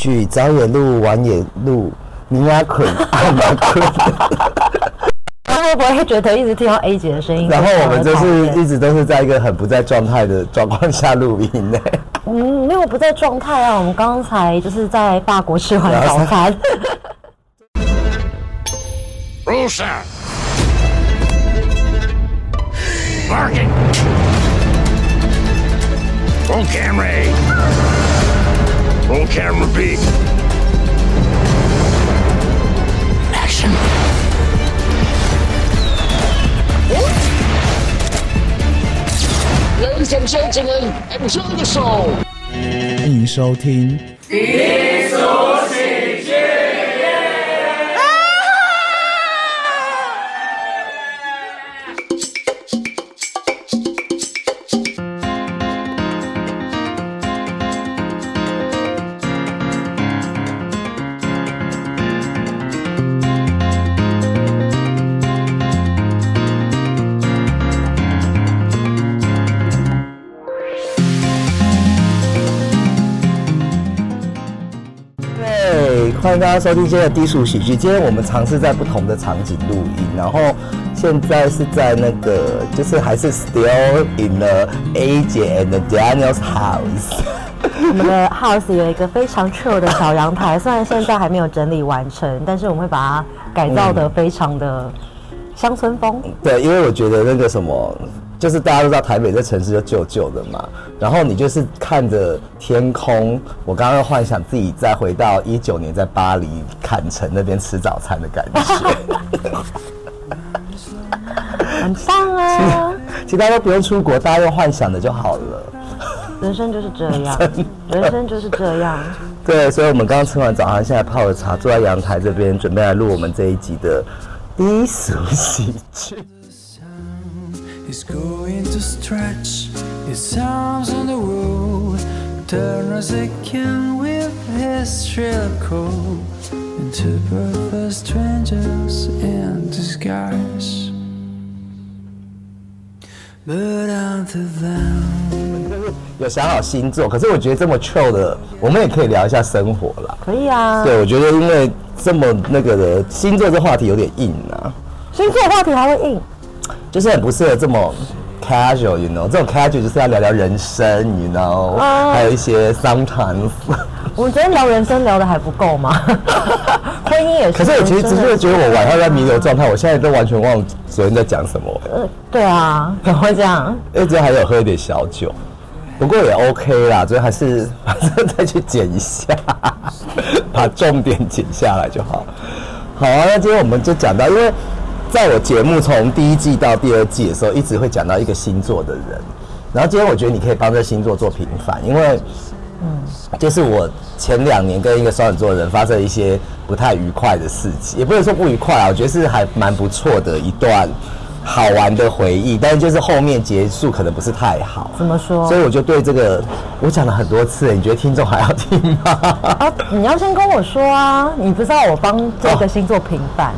去早也录，晚也录，你呀困，俺呀困。 他会不会觉得一直听到 A 姐的声音？ 然后我们就是一直都是在一个很不在状态的状况下录音呢。 没有不在状态啊，我们刚才就是在法国吃完早餐。 Rusa. Barking. Roll camera A. Roll camera B. Action. Ladies and gentlemen, enjoy the show. 欢迎收听低俗喜剧。 欢迎大家收听今天的低俗喜剧。今天我们尝试在不同的场景录音，然后现在是在那个，就是还是 still in the A 姐 and Daniel's house。 我们的 house 有一个非常 chill 的小阳台，虽然现在还没有整理完成，但是我们会把它改造的非常的乡村风。 对，因为我觉得那个什么。就是大家都知道台北这城市就旧旧的嘛，然后你就是看着天空，我刚刚幻想自己再回到19年在巴黎坎城那边吃早餐的感觉， 很棒啊！ 其他都不用出国，大家用幻想的就好了。 人生就是这样，人生就是这样。 对，所以我们刚刚吃完早餐，现在泡了茶，坐在阳台这边，准备来录我们这一集的低俗喜剧。 He's going to stretch his arms on the road, turn as he can with his shrill coat into perfect strangers in disguise. But unto them. 有想好星座，可是我觉得这么 chill 的，我们也可以聊一下生活啦。 可以啊。 对，我觉得因为这么那个的星座这话题有点硬啊。 星座话题还会硬？ 就是很不适合这么 casual，you know， 这种 casual 就是要聊聊人生 ，you know， 还有一些 sometimes。 我们昨天聊人生聊的还不够吗？婚姻也是。 可是我其实只是觉得我晚上在弥留状态，我现在都完全忘了昨天在讲什么。 对啊，怎么会这样？ 因为昨天还有喝一点小酒，不过也 OK 啦，所以还是再去剪一下，把重点剪下来就好。好啊，那今天我们就讲到，因为。在我节目从第1季到第2季的时候，一直会讲到一个星座的人，然后今天我觉得你可以帮这星座做平反，因为，就是我前2年跟一个双子座的人发生一些不太愉快的事情，也不能说不愉快啊，我觉得是还蛮不错的一段好玩的回忆，但是就是后面结束可能不是太好。 怎么说？ 所以我就对这个我讲了很多次，你觉得听众还要听吗？ 啊，你要先跟我说啊，你不知道我帮这个星座平反，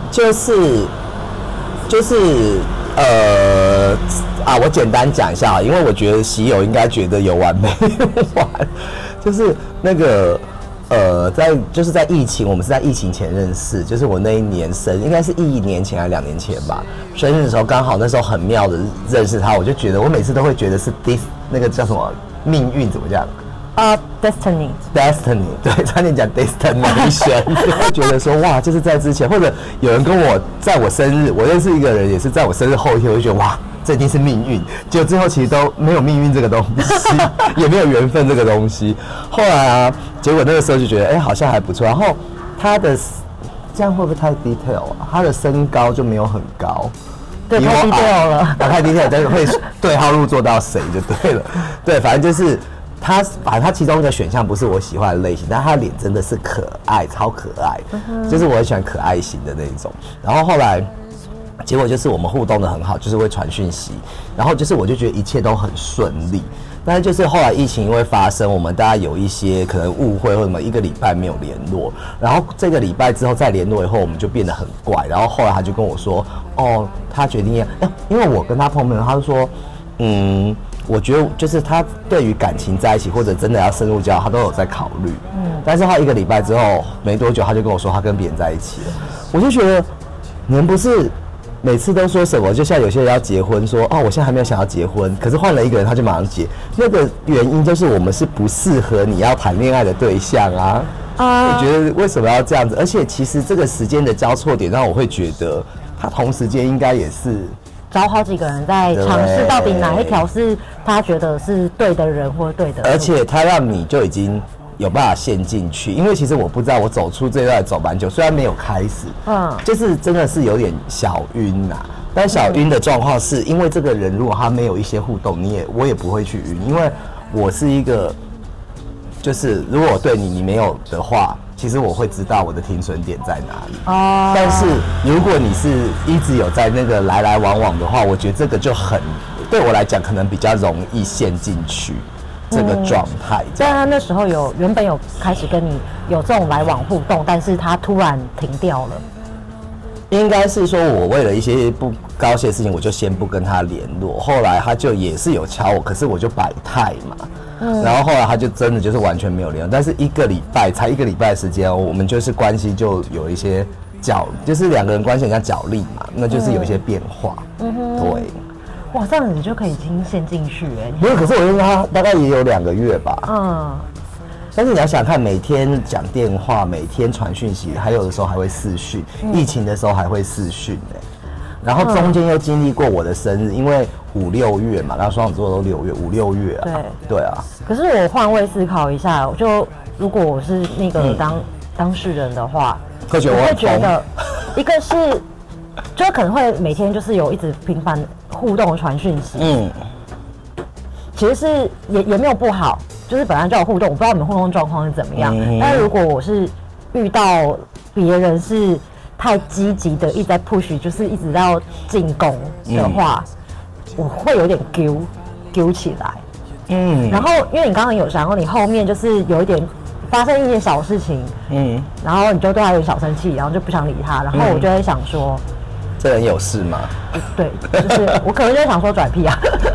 我简单讲一下啊，因为我觉得喜友应该觉得有完没完， 就是那个在疫情，我们是在疫情前认识，就是我那一年生，应该是1年前还是2年前吧，生日的时候刚好那时候很妙的认识他，我就觉得我每次都会觉得是那个叫什么命运怎么讲 ？Destiny， 对，差点讲 destination， 就会觉得说哇，就是在之前，或者有人跟我在我生日，我认识一个人也是在我生日后一天，我就觉得哇，这一定是命运。结果最后其实都没有命运这个东西，也没有缘分这个东西。后来啊，结果那个时候就觉得好像还不错。然后他的这样会不会太 detail 啊？他的身高就没有很高。 对，太 detail 了， 太 detail， 但是会对号入座到谁就对了。对，反正就是。他其中一个选项不是我喜欢的类型，但他的脸真的是可爱，超可爱，就是我很喜欢可爱型的那一种。然后后来，结果就是我们互动的很好，就是会传讯息，然后就是我就觉得一切都很顺利。但是就是后来疫情因为发生，我们大家有一些可能误会或什么，1个礼拜没有联络，然后这个礼拜之后再联络以后，我们就变得很怪。然后后来他就跟我说，他决定要，因为我跟他碰面，他就说， 我觉得就是他对于感情在一起或者真的要深入交往，他都有在考虑。但是他1个礼拜之后没多久，他就跟我说他跟别人在一起了。我就觉得你们不是每次都说什么，就像有些人要结婚说哦，我现在还没有想要结婚，可是换了一个人他就马上结。那个原因就是我们是不适合你要谈恋爱的对象啊。我觉得为什么要这样子？而且其实这个时间的交错点让我会觉得他同时间应该也是。 找好几个人在尝试，到底哪一条是他觉得是对的人或对的。 而且他让你就已经有办法陷进去，因为其实我不知道我走出这段走蛮久，虽然没有开始，就是真的是有点小晕呐。但小晕的状况是因为这个人如果他没有一些互动，我也不会去晕，因为我是一个，就是如果我对你没有的话。其实我会知道我的停损点在哪里，但是如果你是一直有在那个来来往往的话，我觉得这个就很对我来讲可能比较容易陷进去这个状态。 但他那时候原本有开始跟你有这种来往互动，但是他突然停掉了。 应该是说我为了一些不高兴的事情，我就先不跟他联络。后来他就也是有敲我，可是我就摆态嘛。然后后来他就真的就是完全没有联络，但是才1个礼拜的时间，我们就是关系就有一些就是2个人关系很像角力嘛，那就是有一些变化。对。 哇，这样子就可以已经陷进去哎。 不是，可是我认识他大概也有2个月吧。但是你要想看，每天讲电话，每天传讯息，还有的时候还会视讯，疫情的时候还会视讯然后中间又经历过我的生日，因为5、6月嘛，然后双子座都6月，5、6月啊。对啊。可是我换位思考一下，如果我是那个当事人的话，我会觉得一个是，就可能会每天就是有一直频繁互动的传讯息。其实是也没有不好，就是本来就有互动，我不知道你们互动状况是怎么样。但是如果我是遇到别人是太积极的一直在 push， 就是一直要进攻的话，我会有点丢起来。然后因为你刚刚有讲过，你后面就是有一点发生一件小事情，然后你就对他有点小生气，然后就不想理他，然后我就会想说， 这人有事吗？ 对，就是我可能就会想说拽屁啊。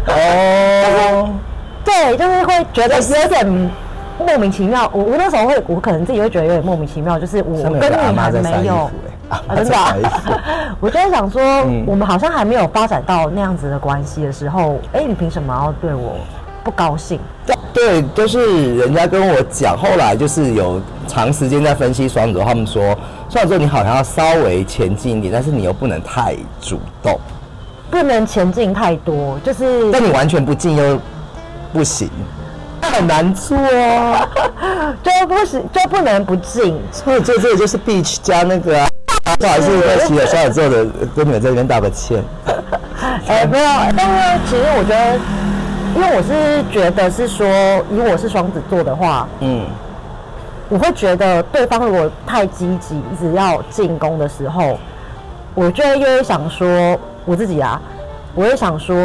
对，就是会觉得有点莫名其妙。我那时候我可能自己会觉得有点莫名其妙，就是我跟你还没有。真的、我就在想说，我们好像还没有发展到那样子的关系的时候，你凭什么要对我不高兴？ 对，就是人家跟我讲，后来就是有长时间在分析双子座，他们说双子座你好像要稍微前进一点，但是你又不能太主动， 不能前进太多，就是但你完全不进又不行。很难做啊， 就不能不进。 所以这个就是 Beach 加那个啊，不好意思，对不起，双子座的跟你们在这边道个歉。 没有，但是其实我觉得，因为我是觉得是说，以我是双子座的话，我会觉得对方如果太积极，一直要进攻的时候，我就会想说，我自己啊，我会想说，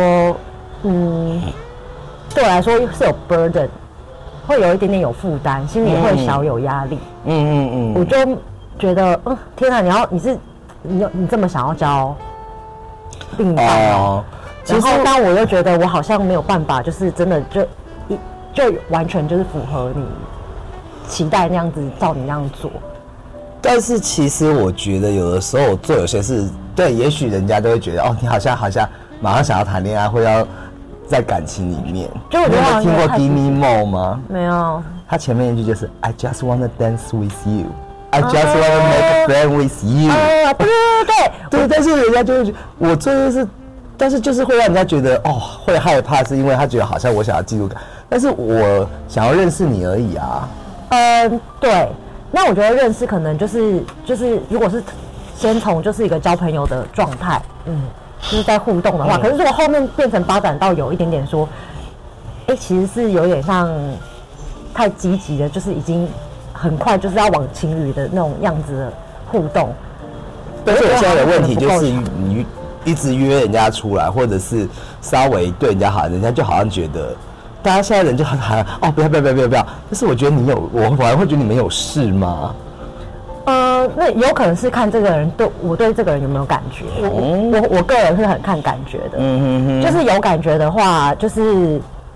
对我来说是有 burden， 会有一点点有负担，心里会小有压力。我就觉得，天哪，你这么想要交另一半哦？然后，但我又觉得我好像没有办法，就是真的就完全就是符合你期待那样子，照你那样做。 但是其实我觉得有的时候我做有些事，对，也许人家都会觉得，你好像马上想要谈恋爱，或要在感情里面。就我觉得你有听过 Give Me More 吗？ 没有。 他前面一句就是 I just wanna dance with you, I just wanna make a friend with you。对，但是人家就会觉得我做的是，但是就是会让人家觉得会害怕，是因为他觉得好像我想要记录感，但是我想要认识你而已啊。 对。那我觉得认识可能就是如果是先从就是一个交朋友的状态，就是在互动的话，可是如果后面变成发展到有一点点说，其实是有点像太积极的，就是已经很快就是要往情侣的那种样子的互动。 但是我现在的问题就是你一直约人家出来，或者是稍微对人家好，人家就好像觉得。大家现在人就很喊不要，但是我觉得我反而会觉得你们有事吗？ 那有可能是看这个人我对这个人有没有感觉。我个人是很看感觉的。就是有感觉的话，就是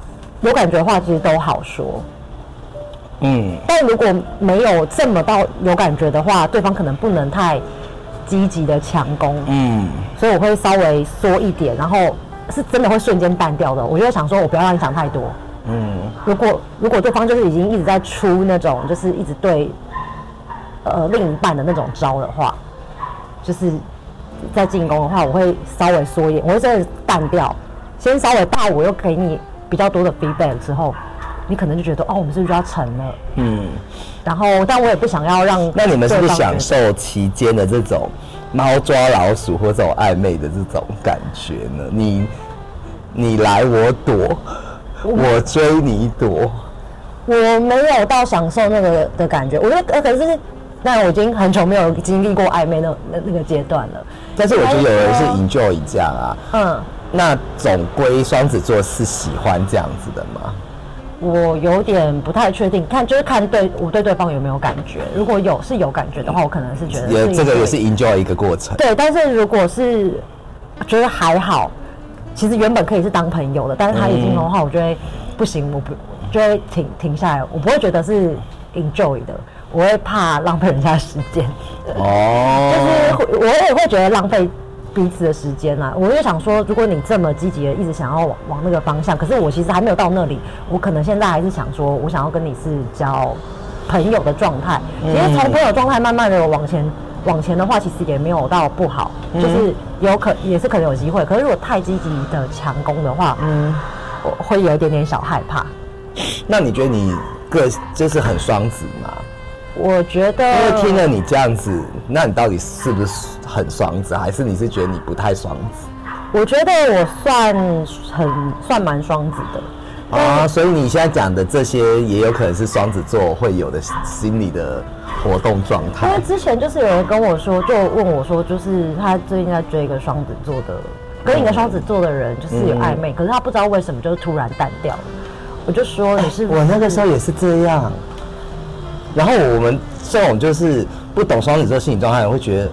有感觉的话，其实都好说。但如果没有这么到有感觉的话，对方可能不能太积极的强攻。所以我会稍微缩一点，然后是真的会瞬间淡掉的。我就会想说，我不要让你想太多。如果对方就是已经一直在出那种就是一直对另一半的那种招的话，就是在进攻的话，我会稍微缩一点，我会真的淡掉，先稍微怕我又给你比较多的 feedback 之后，你可能就觉得哦，我们是不是就要成了？然后但我也不想要让。 那你们是不是享受期间的这种猫抓老鼠或这种暧昧的这种感觉呢？你来我躲，我追你躲。 我没有到享受那个的感觉，我觉得可是。但我已经很久没有经历过暧昧那个阶段了。 但是我觉得有人是 enjoy 这样啊。那总归双子座是喜欢这样子的吗？ 我有点不太确定，看我对对方有没有感觉。如果是有感觉的话，我可能是觉得这个也是 enjoy 一个过程。 对，但是如果是觉得还好，其实原本可以是当朋友的，但是他已经的话，我觉得不行，我不就会停下来，我不会觉得是 enjoy 的。我会怕浪费人家时间，就是我也会觉得浪费彼此的时间啦。我就想说，如果你这么积极的一直想要往那个方向，可是我其实还没有到那里，我可能现在还是想说，我想要跟你是交朋友的状态。其实从朋友状态慢慢的往前的话，其实也没有到不好，就是也是可能有机会。可是如果太积极的强攻的话，我会有一点点小害怕。 那你觉得你就是很双子吗？ 我觉得， 因为听了你这样子，那你到底是不是很双子，还是你是觉得你不太双子？ 我觉得我算蛮双子的所以你现在讲的这些，也有可能是双子座会有的心理的活动状态。 因为之前就是有人跟我说，就问我说，就是他最近在追一个双子座的，跟一个双子座的人就是有暧昧，可是他不知道为什么就是突然淡掉了。我就说你是不是我那个时候也是这样。然后我们这种就是不懂双子座心理状态，会觉得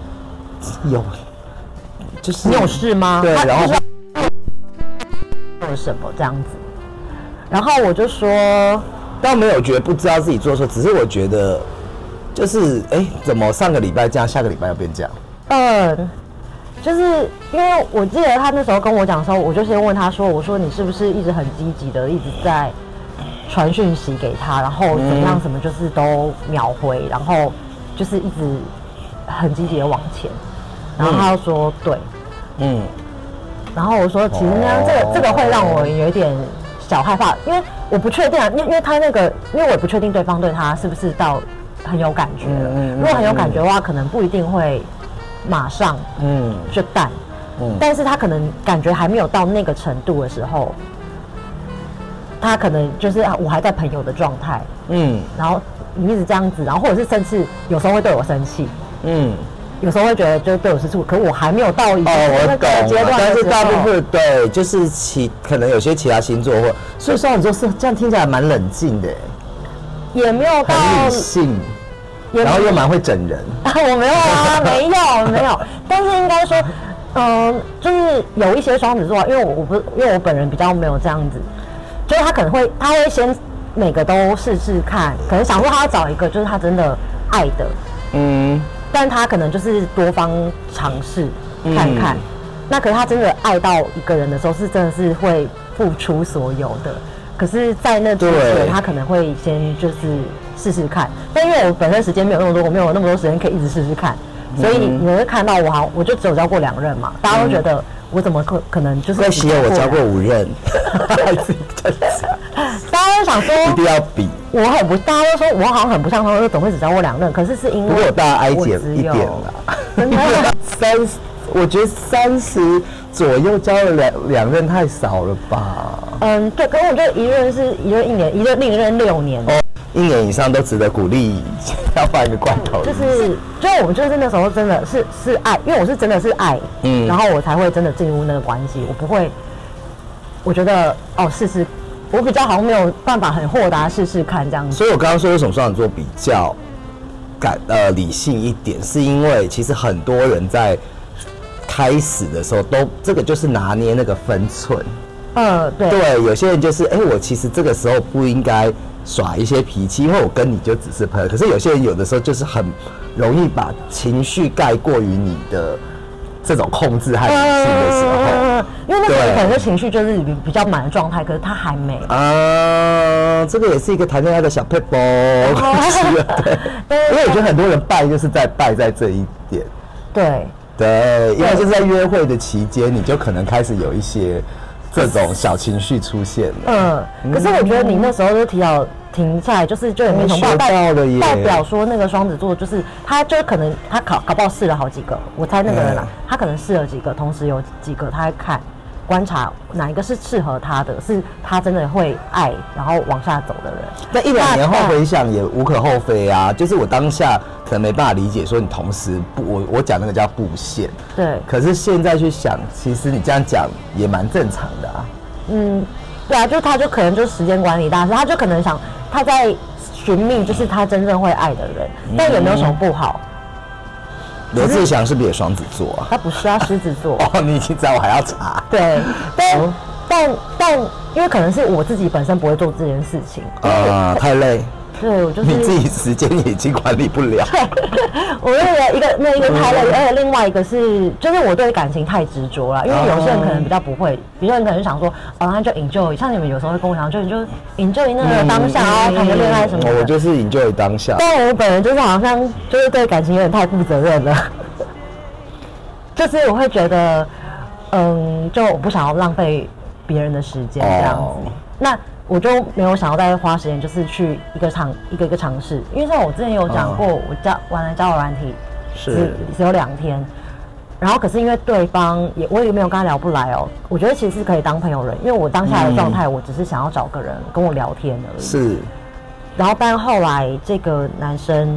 就是你有事吗？ 对，然后做什么这样子？然后我就说， 倒没有觉得不知道自己做错，只是我觉得就是怎么上个礼拜这样，下个礼拜要变这样？ 就是因为我记得他那时候跟我讲的时候，我就先问他说：“我说你是不是一直很积极的一直在传讯息给他，然后怎么样什么就是都秒回，然后就是一直很积极的往前。”然后他就说：“对。”然后我说：“其实呢，这个会让我有一点小害怕，因为我不确定啊，因为他那个，因为我也不确定对方对他是不是到很有感觉了。如果很有感觉的话，可能不一定会马上就淡。但是他可能感觉还没有到那个程度的时候，他可能就是我还在朋友的状态，然后你一直这样子，然后或者是甚至有时候会对我生气，有时候会觉得就是对我吃醋，可我还没有到一个那个阶段的时候。 但是大部分对，就是可能有些其他星座所以双子座是这样听起来蛮冷静的， 也没有到很理性，然后又蛮会整人。 我没有啊，没有，但是应该说，就是有一些双子座，因为我本人比较没有这样子，就是他会先每个都试试看，可能想说他要找一个就是他真的爱的，但他可能就是多方尝试看看。那可是他真的爱到一个人的时候，是真的是会付出所有的。可是，在那之前，他可能会先就是试试看。但因为我本身时间没有那么多，我没有那么多时间可以一直试试看，所以你会看到我就只有交过2任嘛，大家都觉得我怎么可能就是。 恭喜我交过5任， 大家都想说一定要比。 大家都说我好像很不像他们，怎么会只交过2任？可是因为不过我大家挨减一点啦，真的我觉得30左右交了两任太少了吧？ 对，可是我觉得一任1年，另一任6年。 1年以上都值得鼓励，要放一个罐头。 就是我们就是那时候真的是爱，因为我是真的是爱，然后我才会真的进入那个关系。我不会，我觉得试试，我比较好像没有办法很豁达试试看这样子。 所以我刚刚说为什么双子座比较理性一点，是因为其实很多人在开始的时候这个就是拿捏那个分寸。 对。 对，有些人就是，我其实这个时候不应该耍一些脾气，因为我跟你就只是朋友。可是有些人有的时候就是很容易把情绪盖过于你的这种控制和理性的时候， 因为那个人可能情绪就是比较满的状态，可是他还没这个也是一个谈恋爱的小撇步，对，因为我觉得很多人败就是败在这一点，对，因为就是在约会的期间，你就可能开始有一些这种小情绪出现了。 可是我觉得你那时候就停下来，就也没什么代表说那个双子座就是他就可能他搞不好试了好几个，我猜那个人他可能试了几个，同时有几个他在看观察哪一个是适合他的，是他真的会爱然后往下走的人。 那1、2年后回想也无可厚非啊，就是我当下可能没办法理解说你同时我讲那个叫布线， 对， 可是现在去想，其实你这样讲也蛮正常的啊。 对啊，他就可能就是时间管理大师，他就可能想他在寻觅就是他真正会爱的人，但也没有什么不好。 罗志祥是不是也双子座啊？ 他不是，他狮子座。 你已经知道，我还要查。 对，但因为可能是我自己本身不会做这件事情太累。 对，我就是你自己时间也已经管理不了。 对，我那一个太累，而且另外一个是，就是我对感情太执着了。因为有些人可能比较不会，有些人可能想说，他就 enjoy， 像你们有时候会跟我讲，就 enjoy 那个当下，然后谈个恋爱什么的。 我就是 enjoy 当下。 但我本人就是好像就是对感情有点太负责任了，就是我会觉得，就我不想要浪费别人的时间这样子。那我就没有想要再花时间，就是去一个个尝试，因为像我之前有讲过，我玩了交友软体只有2天，然后可是因为对方我也没有跟他聊不来我觉得其实是可以当朋友人，因为我当下的状态，我只是想要找个人跟我聊天而已。 是， 然后但后来这个男生，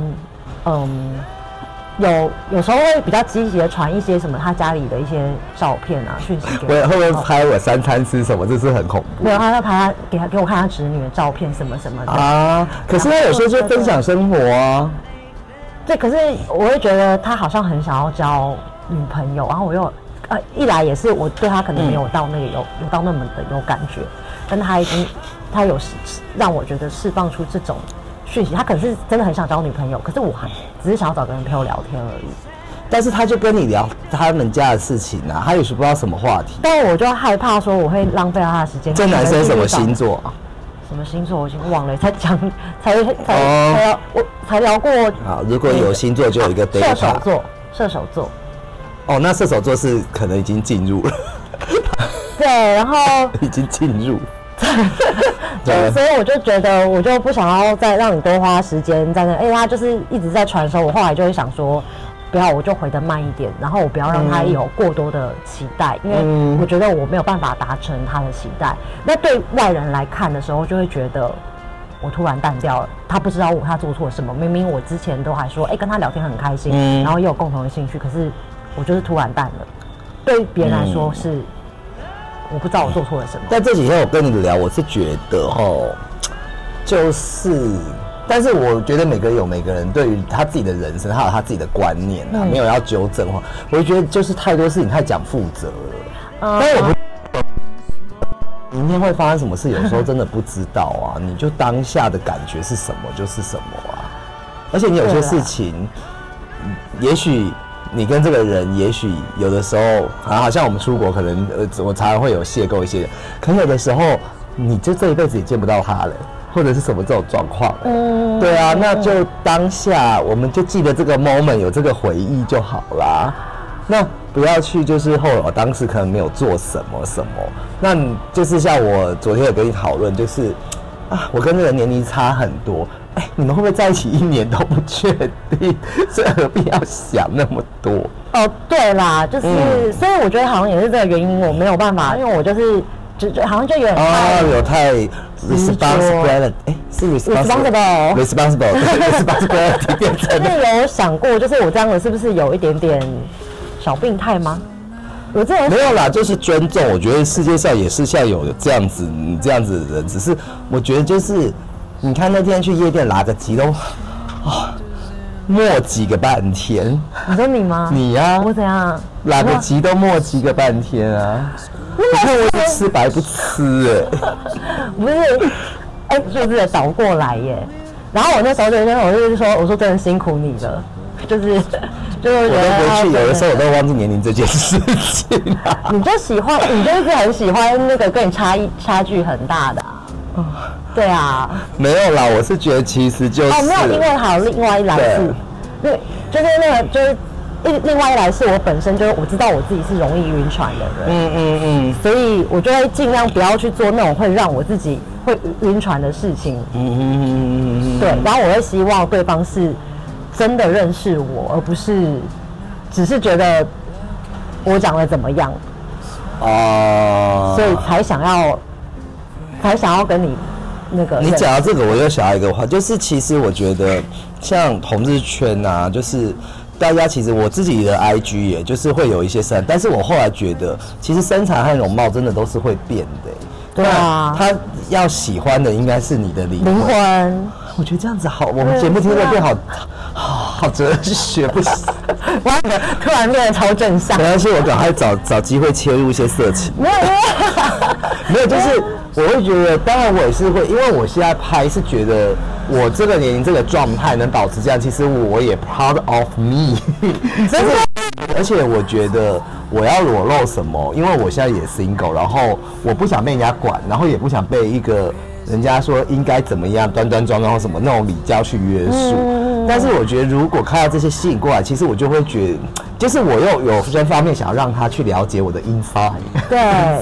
有时候会比较积极的传一些什么他家里的一些照片啊讯息给我， 会不会拍我3餐吃什么？这是很恐怖。 没有，他在拍给我看他侄女的照片什么什么的可是他有时候就分享生活啊。 对，可是我会觉得他好像很想要交女朋友，然后我又一来也是我对他可能没有到那个有到那么的有感觉，但他有让我觉得释放出这种讯息，他可能是真的很想交女朋友，可是我只是想要找个人陪我聊天而已。 但是他就跟你聊他们家的事情啊，他也是不知道什么话题。 但我就害怕说我会浪费他的时间。 这男生什么星座啊？ 什么星座我已经忘了，才聊过。 好，如果有星座就有一个 data。 射手座。 那射手座是可能已经进入了。 对，然后已经进入。 对，所以我就觉得，我就不想要再让你多花时间在那。他就是一直在传授，我后来就会想说，不要，我就回得慢一点，然后我不要让他有过多的期待，因为我觉得我没有办法达成他的期待。那对外人来看的时候，就会觉得我突然淡掉了，他不知道他做错什么。明明我之前都还说，跟他聊天很开心，然后也有共同的兴趣，可是我就是突然淡了。对别人来说是。我不知道我做错了什么。 但这几天我跟你聊，我是觉得就是，但是我觉得每个人有每个人对于他自己的人生，还有他自己的观念没有要纠正话，我就觉得就是太多事情太讲负责了。但是我不明天会发生什么事，有时候真的不知道啊。你就当下的感觉是什么就是什么啊。而且你有些事情，也许。你跟这个人，也许有的时候，好像我们出国，可能我常常会有邂逅一些人，可能有的时候，你就这一辈子也见不到他了，或者是什么这种状况。对啊，那就当下我们就记得这个 moment， 有这个回忆就好啦。那不要去就是后来我当时可能没有做什么，那就是像我昨天有跟你讨论，就是我跟这个人年龄差很多。你们会不会在一起1年都不确定？所以何必要想那么多？ 对啦，就是，所以我觉得好像也是这个原因，我没有办法，因为我就是好像就有点有太 responsible， 是 responsible，responsibility 变成。 就是有想过，就是我这样的是不是有一点点小病态吗？我这没有啦，就是尊重。我觉得世界上也是像有这样子的人，只是我觉得就是。你看那天去夜店拿个吉都， 磨叽个半天。 你说你吗？ 你呀、 我怎样？ 来不及都磨叽个半天啊！你看我是吃白不吃不是，就是倒过来耶。然后我那时候就是说，我说真的辛苦你了，就是我都回去，有的时候我都忘记年龄这件事情啊。 你就喜欢，你就是很喜欢那个跟你差距很大的对啊。 没有啦，我是觉得其实就是没有，因为还有另外一来是，对，就是那个就是另外一来是我本身就是我知道我自己是容易晕船的人，所以我就会尽量不要去做那种会让我自己会晕船的事情，对，然后我会希望对方是真的认识我，而不是只是觉得我讲的怎么样，所以才想要跟你那个。 你讲到这个，我又想到一个话，就是其实我觉得像同志圈啊，就是大家其实我自己的 IG 也就是会有一些身材，但是我后来觉得其实身材和容貌真的都是会变的。 对啊， 他要喜欢的应该是你的灵魂。我觉得这样子好，我们节目听得变好哲学，不行。 我突然变得超正向。 没关系，我赶快找机会切入一些色情。没有，就是我会觉得，当然我也是会，因为我现在拍是觉得我这个年龄这个状态能保持这样，其实我也 proud of me。真的。而且我觉得我要裸露什么，因为我现在也 single， 然后我不想被人家管，然后也不想被一个人家说应该怎么样端端庄庄或什么那种礼教去约束。但是我觉得如果看到这些吸引过来，其实我就会觉得，就是我又有这方面想要让他去了解我的 inside。 对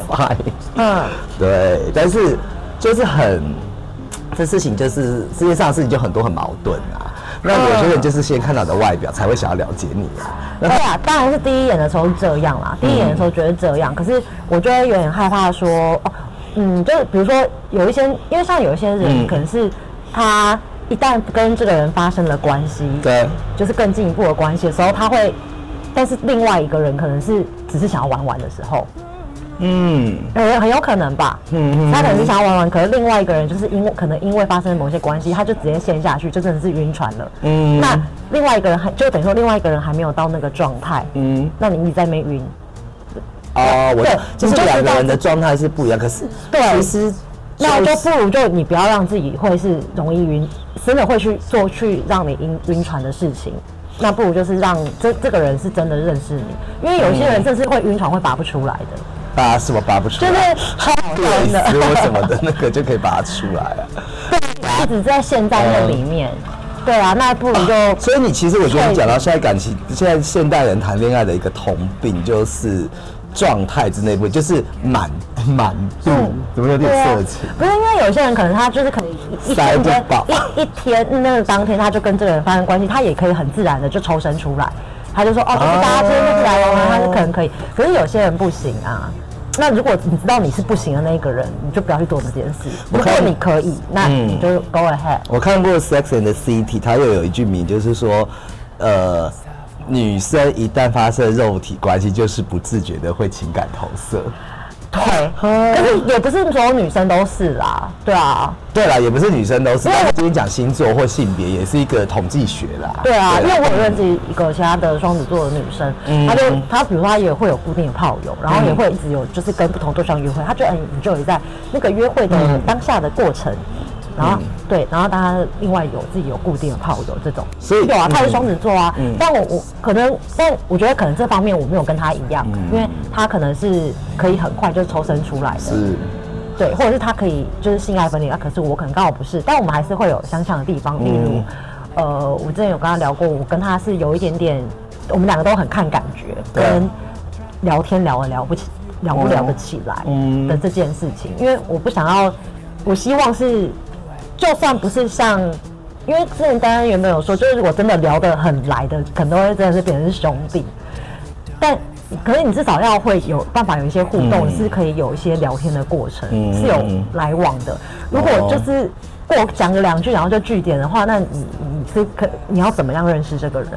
inside，对，但是就是这事情就是世界上的事情就很多很矛盾啊。那有些人就是先看到你的外表，才会想要了解你啊。 对啊，当然是第一眼的时候是这样啦，第一眼的时候觉得这样，可是我就会有点害怕说，就是比如说有一些，因为像有一些人可能是他一旦跟这个人发生了关系， 对，就是更进一步的关系的时候，他会，但是另外一个人可能是只是想要玩玩的时候。很有可能吧。他可能是想要玩玩，可是另外一个人就是因为发生某些关系，他就直接陷下去，就真的是晕船了。那另外一个人就等于说另外一个人还没有到那个状态。那你在那边晕。 对，就是两个人的状态是不一样。可是其实那就不如就你不要让自己会是容易晕，真的会去做让你晕船的事情。那不如就是让这个人是真的认识你，因为有些人真是会晕船会拔不出来的。 拔什么拔不出来？ 就是超晕的， 什么的那个就可以拔出来啊。 一直在陷在那里面。对啊，那不如就。 所以你其实我觉得你讲到现在感情，现在现代人谈恋爱的一个通病就是状态之内部就是满度，怎么有点色情？ 不是因为有些人可能他就是可能一天那个当天他就跟这个人发生关系，他也可以很自然的就抽身出来。他就说就是大家今天就是来玩玩，他是可能可以，可是有些人不行啊。那如果你知道你是不行的那一个人，你就不要去做这件事。如果你可以，那你就 go ahead。 我看过《Sex and the City》，它又有一句名，就是说，女生一旦发生肉体关系，就是不自觉的会情感投射。 对，可是也不是所有女生都是啦，对啊。 对啦，也不是女生都是。但是今天讲星座或性别，也是一个统计学啦。 对啊，因为我有认识一个其他的双子座的女生，她比如说她也会有固定的炮友，然后也会一直有就是跟不同对象约会，她就很enjoy在那个约会的当下的过程。然后对，然后当然另外自己有固定的炮友这种， 所以有啊，他是双子座啊，但我可能，但我觉得可能这方面我没有跟他一样，因为他可能是可以很快就抽身出来的， 是， 对，或者是他可以就是性爱分离，可是我可能刚好不是，但我们还是会有相像的地方，例如，我之前有跟他聊过，我跟他是有一点点，我们两个都很看感觉，跟聊天聊不聊得起来的这件事情，因为我不想要，我希望是。就算不是像，因为之前丹丹原本有说，就是如果真的聊得很来的，可能都会真的是变成是兄弟。但可是你至少要会有办法有一些互动，是可以有一些聊天的过程，是有来往的。如果就是过讲个2句，然后就句点的话，那你要怎么样认识这个人？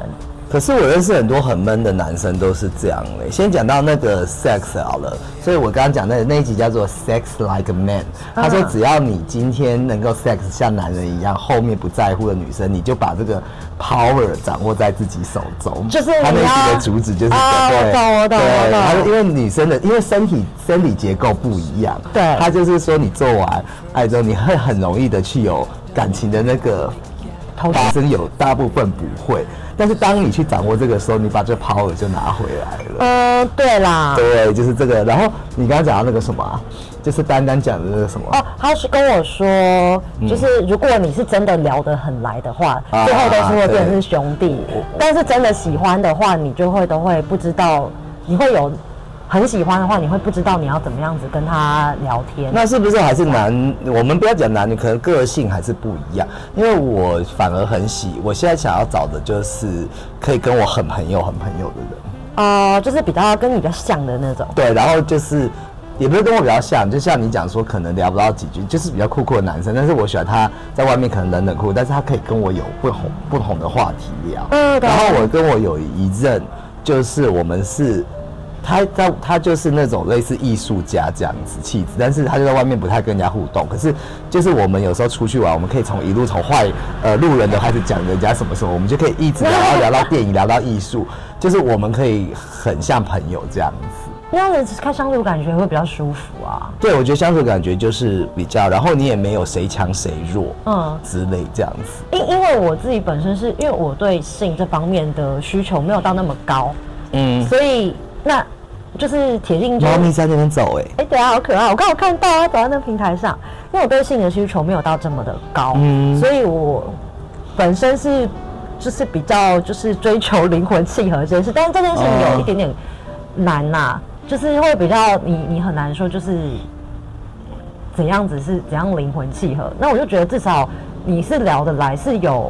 可是我认识很多很闷的男生都是这样嘞。先讲到那个 sex 好了，所以我刚刚讲的那一集叫做 Sex Like a Man。他说只要你今天能够 sex 像男人一样，后面不在乎的女生，你就把这个 power 掌握在自己手中。 就是他那一集的主旨就是我懂。 他说因为女生的因为生理结构不一样， 对， 他就是说你做完爱之后，你会很容易的去有感情的那个。发生有大部分不会，但是当你去掌握这个时候，你把这 power 就拿回来了。 对啦， 对，就是这个。然后你刚刚讲到那个什么、啊，就是丹丹讲的那个什么？ 他是跟我说，就是如果你是真的聊得很来的话，最后都是会变成是兄弟。但是真的喜欢的话，你都会不知道，你会有。很喜欢的话，你会不知道你要怎么样子跟他聊天。 那是不是还是我们不要讲男女，可能个性还是不一样。因为我反而我现在想要找的就是可以跟我很朋友的人。 就是比较跟你比较像的那种。 对，然后就是也不是跟我比较像，就像你讲说，可能聊不到几句，就是比较酷的男生。但是我喜欢他在外面可能冷酷，但是他可以跟我有不同的话题聊。然后我跟我有一任，就是我们是。他就是那种类似艺术家这样子气质，但是他就在外面不太跟人家互动。可是就是我们有时候出去玩，我们可以从路人的开始讲人家什么，我们就可以一直聊到电影，聊到艺术，就是我们可以很像朋友这样子。 那样子看相处感觉会比较舒服啊。 对，我觉得相处感觉就是比较，然后你也没有谁强谁弱，之类这样子。 因为我自己本身是因为我对性这方面的需求没有到那么高，所以那。就是铁定猫咪在那边走对啊，好可爱！我刚好看到它走在那平台上，因为我对性的需求没有到这么的高，所以我本身是就是比较就是追求灵魂契合这件事，但是这件事情有一点点难呐，就是会比较你很难说就是怎样灵魂契合。那我就觉得至少你是聊得来，是有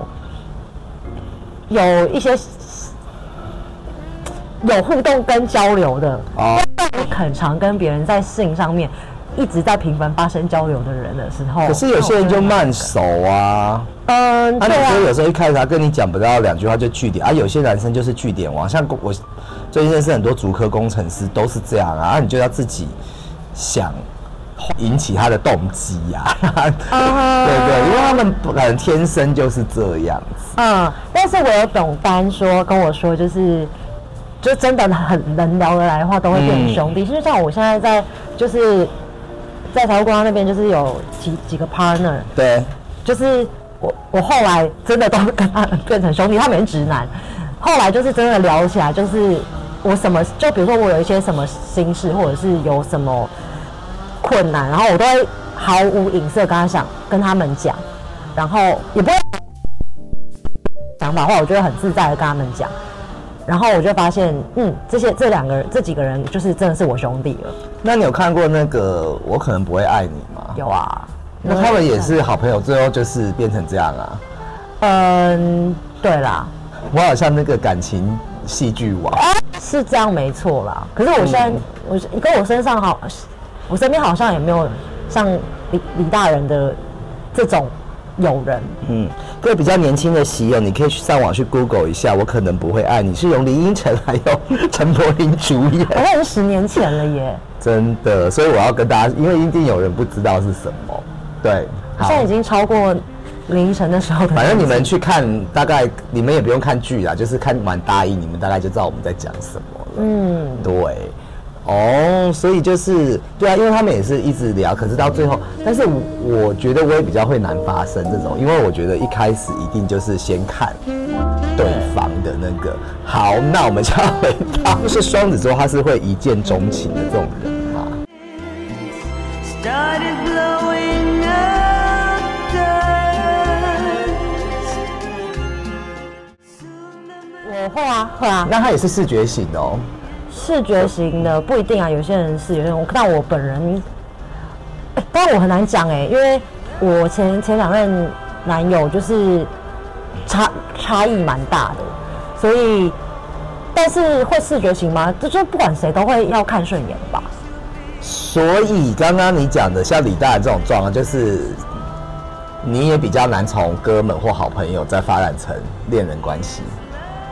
一些。有互动跟交流的，很常跟别人在性上面一直在频繁发生交流的人的时候， 可是有些人就慢熟啊。你说有时候一开始他跟你讲不到2句话就句点啊，有些男生就是句点王，像我最近认识很多竹科工程师都是这样啊，你就要自己想引起他的动机呀。对，因为他们可能天生就是这样子。 但是我有懂丹跟我说就真的很能聊得来的话，都会变成兄弟。就像我现在在财务公司那边，就是有几个 partner， 对， 就是我后来真的都跟他们变成兄弟，他们是直男。后来就是真的聊起来，就是我什么，就比如说我有一些什么心事，或者是有什么困难，然后我都会毫无隐色跟他们讲，然后也不会想法的话，我就会很自在的跟他们讲。然后我就发现，这几个人就是真的是我兄弟了。 那你有看过那个《我可能不会爱你》吗？ 有啊。 那他们也是好朋友，最后就是变成这样啊。 对啦。 我好像那个感情戏剧王。 是这样没错啦。可是我现在，我身边好像也没有像李大人的这种。友人， 各位比较年轻的喜友，你可以去上网去 Google 一下，我可能不会爱你，是由林依晨还有陈柏霖主演， 好像是10年前了耶， 真的，所以我要跟大家，因为一定有人不知道是什么，对， 现在已经超过林依晨那时候的， 反正你们去看，大概你们也不用看剧啦，就是看完大意，你们大概就知道我们在讲什么了，对。所以就是对啊，因为他们也是一直聊，可是到最后，但是我觉得我也比较会难发生这种，因为我觉得一开始一定就是先看对方的那个。好，那我们就要回到，就是双子座他是会一见钟情的这种人嘛。 我会啊。 那他也是视觉型的哦。 视觉型的不一定啊，有些人是，有些人。但我本人，但我很难讲因为我前2任男友就是差异蛮大的，所以，但是会视觉型吗？就不管谁都会要看顺眼吧。 所以刚刚你讲的像李大人这种状况，就是你也比较难从哥们或好朋友再发展成恋人关系。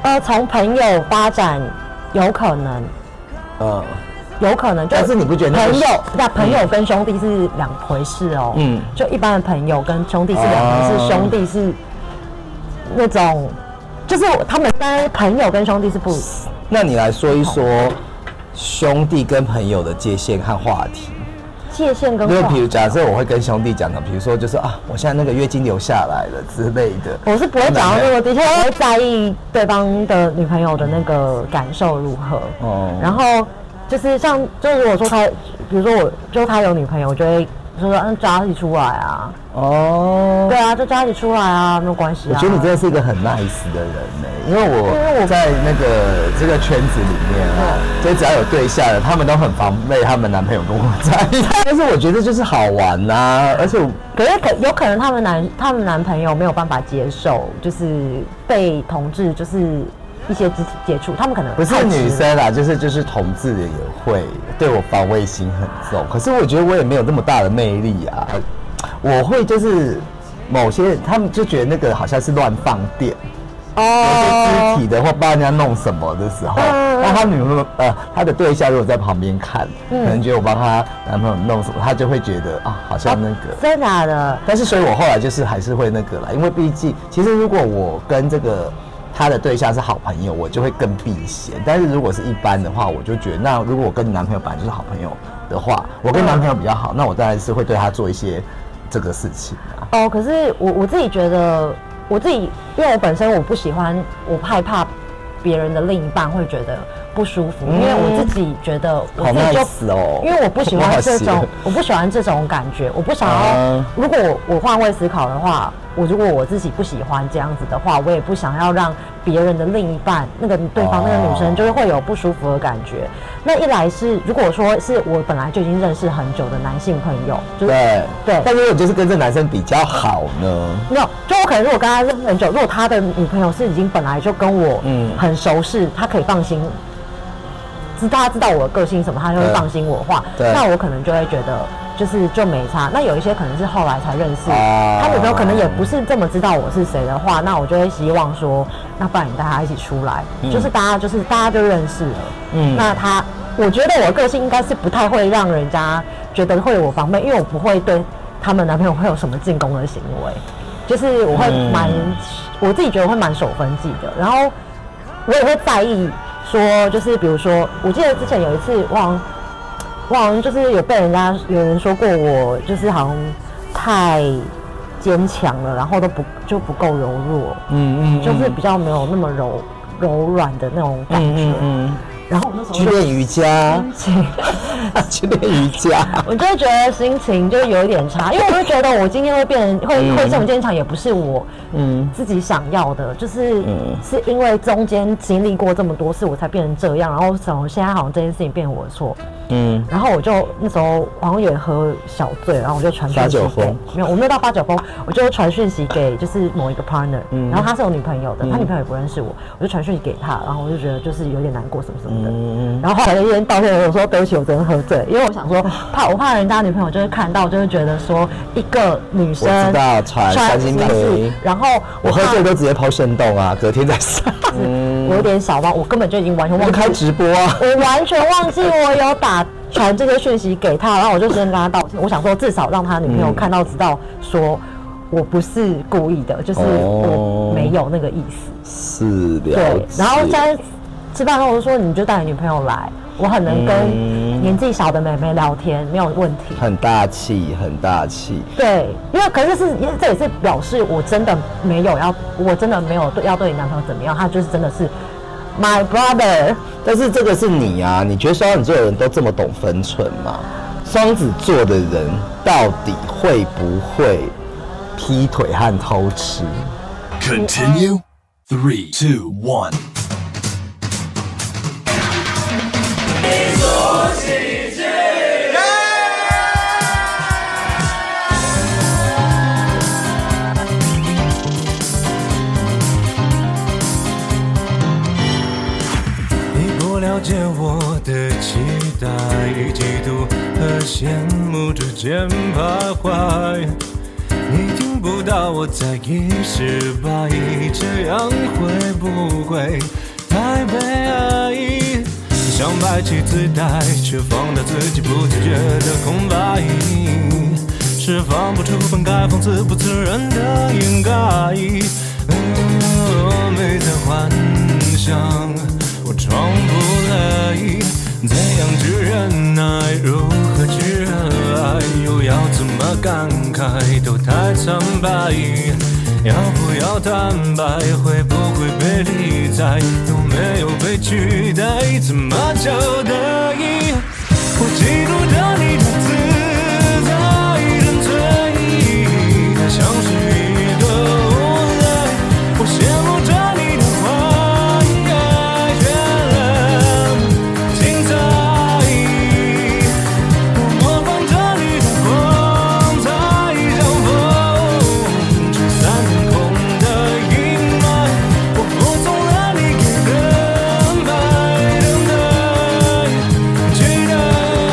从朋友发展有可能，有可能， 但是你不觉得朋友跟兄弟是两回事哦？就一般的朋友跟兄弟是两回事，兄弟是那种，就是他们跟朋友跟兄弟是不。 那你来说一说兄弟跟朋友的界限和话题。 界限跟话题， 因为比如假设我会跟兄弟讲的，比如说就是我现在那个月经流下来了之类的，我是不会讲到那么的确，我会在意对方的女朋友的那个感受如何。然后就是像，就如果说他，比如说他有女朋友，我就会说叫他一起出来啊。对啊，就叫他一起出来啊，没有关系啊。 我觉得你真的是一个很 nice 的人呢，因为我在那个这个圈子里面所以只要有对象的，他们都很防备他们男朋友跟我在一起。但是我觉得就是好玩啊，而且可是有可能他们男朋友没有办法接受，就是被同志就是一些肢体接触，他们可能不是女生啦，就是同志也会对我防卫心很重。可是我觉得我也没有那么大的魅力啊，我会就是某些人他们就觉得那个好像是乱放电。有些肢体的或帮人家弄什么的时候，那他的对象如果在旁边看，可能觉得我帮他男朋友弄什么，他就会觉得好像那个真的假的。 但是所以我后来就是还是会那个啦，因为毕竟其实如果我跟这个他的对象是好朋友，我就会更避嫌。但是如果是一般的话，我就觉得那如果我跟你男朋友本来就是好朋友的话，我跟男朋友比较好，那我当然是会对他做一些这个事情啊。 可是我自己觉得。因为我本身我不喜欢，我害怕别人的另一半会觉得不舒服，因为我自己觉得我自己就，因为我不喜欢这种，我不喜欢这种感觉，我不想要。如果我换位思考的话，如果我自己不喜欢这样子的话，我也不想要让别人的另一半那个对方那个女生就是会有不舒服的感觉。那一来是如果说是我本来就已经认识很久的男性朋友，就是对， 但如果就是跟这男生比较好呢？ 没有，就我可能如果跟他认识很久，如果他的女朋友是已经本来就跟我很熟识，他可以放心。他知道我的个性什么，他就会放心我的话，那我可能就会觉得就没差。那有一些可能是后来才认识，他女朋友可能也不是这么知道我是谁的话，那我就会希望说，那不然你带他一起出来，就是大家就认识了。那我觉得我的个性应该是不太会让人家觉得会有我防备，因为我不会对他们男朋友会有什么进攻的行为，就是我会我自己觉得我会蛮守分际的，然后我也会在意。说就是比如说，我记得之前有一次，我好像就是有被有人说过我就是好像太坚强了，然后就不够柔弱，就是比较没有那么柔软的那种感觉。然后我那时候去练瑜伽，去练瑜伽， 我就会觉得心情就有一点差，因为我会觉得我今天会这么坚强，也不是我自己想要的，就是是因为中间经历过这么多事，我才变成这样，然后从现在好像这件事情变我的错，然后我就那时候好像也喝小醉，然后我就传讯息给没有，我没有到8-9风，我就传讯息给就是某一个 partner，然后他是有女朋友的，他女朋友也不认识我，我就传讯息给他，然后我就觉得就是有点难过什么什么。然后后来有一天道歉，我说对不起，我真的喝醉，因为我想说我怕人家女朋友就会看到，就会觉得说一个女生我知道传信息， 然后我喝醉都直接抛限动啊，隔天再上。 我有点小忘，我根本就已经完全忘记开直播啊， 我完全忘记我有传这些讯息给他，然后我就先跟他道歉，我想说至少让他女朋友看到知道说。我不是故意的，就是我没有那个意思。 是了解。 对，然后在吃饭后我就说，你就带你女朋友来，我很能跟年纪小的妹妹聊天，没有问题。 很大气，很大气。 对，因为可是这也是表示我真的没有要对你男朋友怎么样，他就是真的是 my brother。 但是这个是你啊，你觉得双子座的人都这么懂分寸吗？双子座的人到底会不会？劈腿和偷吃。 Continue 3, 2, 1。 你不了解我的期待与嫉妒和羡慕之间徘徊。你听不到我在意失败，这样会不会太悲哀？想摆起姿态，却放大自己不自觉的空白，释放不出分开放肆不自然的掩盖。没在幻想，我装不来，怎样去忍耐，如何去热爱，又要怎么感慨，都太苍白。要不要坦白，会不会被理睬，有没有被取代，怎么交代？我嫉妒着你的自在，纯粹，它像是一个无赖。我羡慕着你的花开绚烂精彩，我模仿着你的光彩，像风吹散天空的阴霾。我服从了你给的安排，等待，期待。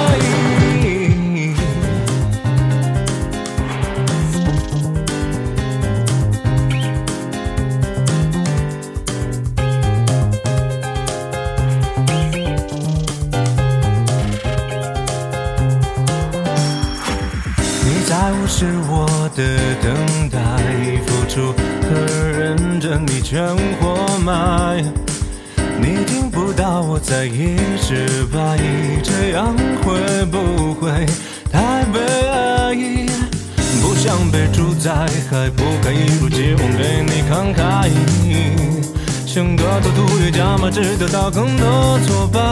你在无视我的等待，付出和认真你全活埋。你听不到我在意失败，这样会不会太悲哀？不想被主宰，还不该一如既往对你慷慨，像个赌徒越加码，只得到更多挫败。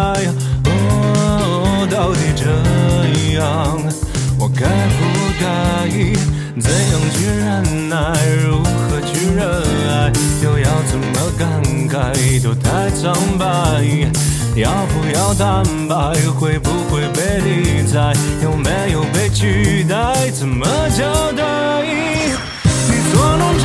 到底这样我该不该？怎样去忍耐，如何去热爱，又要怎么感慨，都太苍白。要不要坦白，会不会被理睬，有没有被取代，怎么交代？你捉弄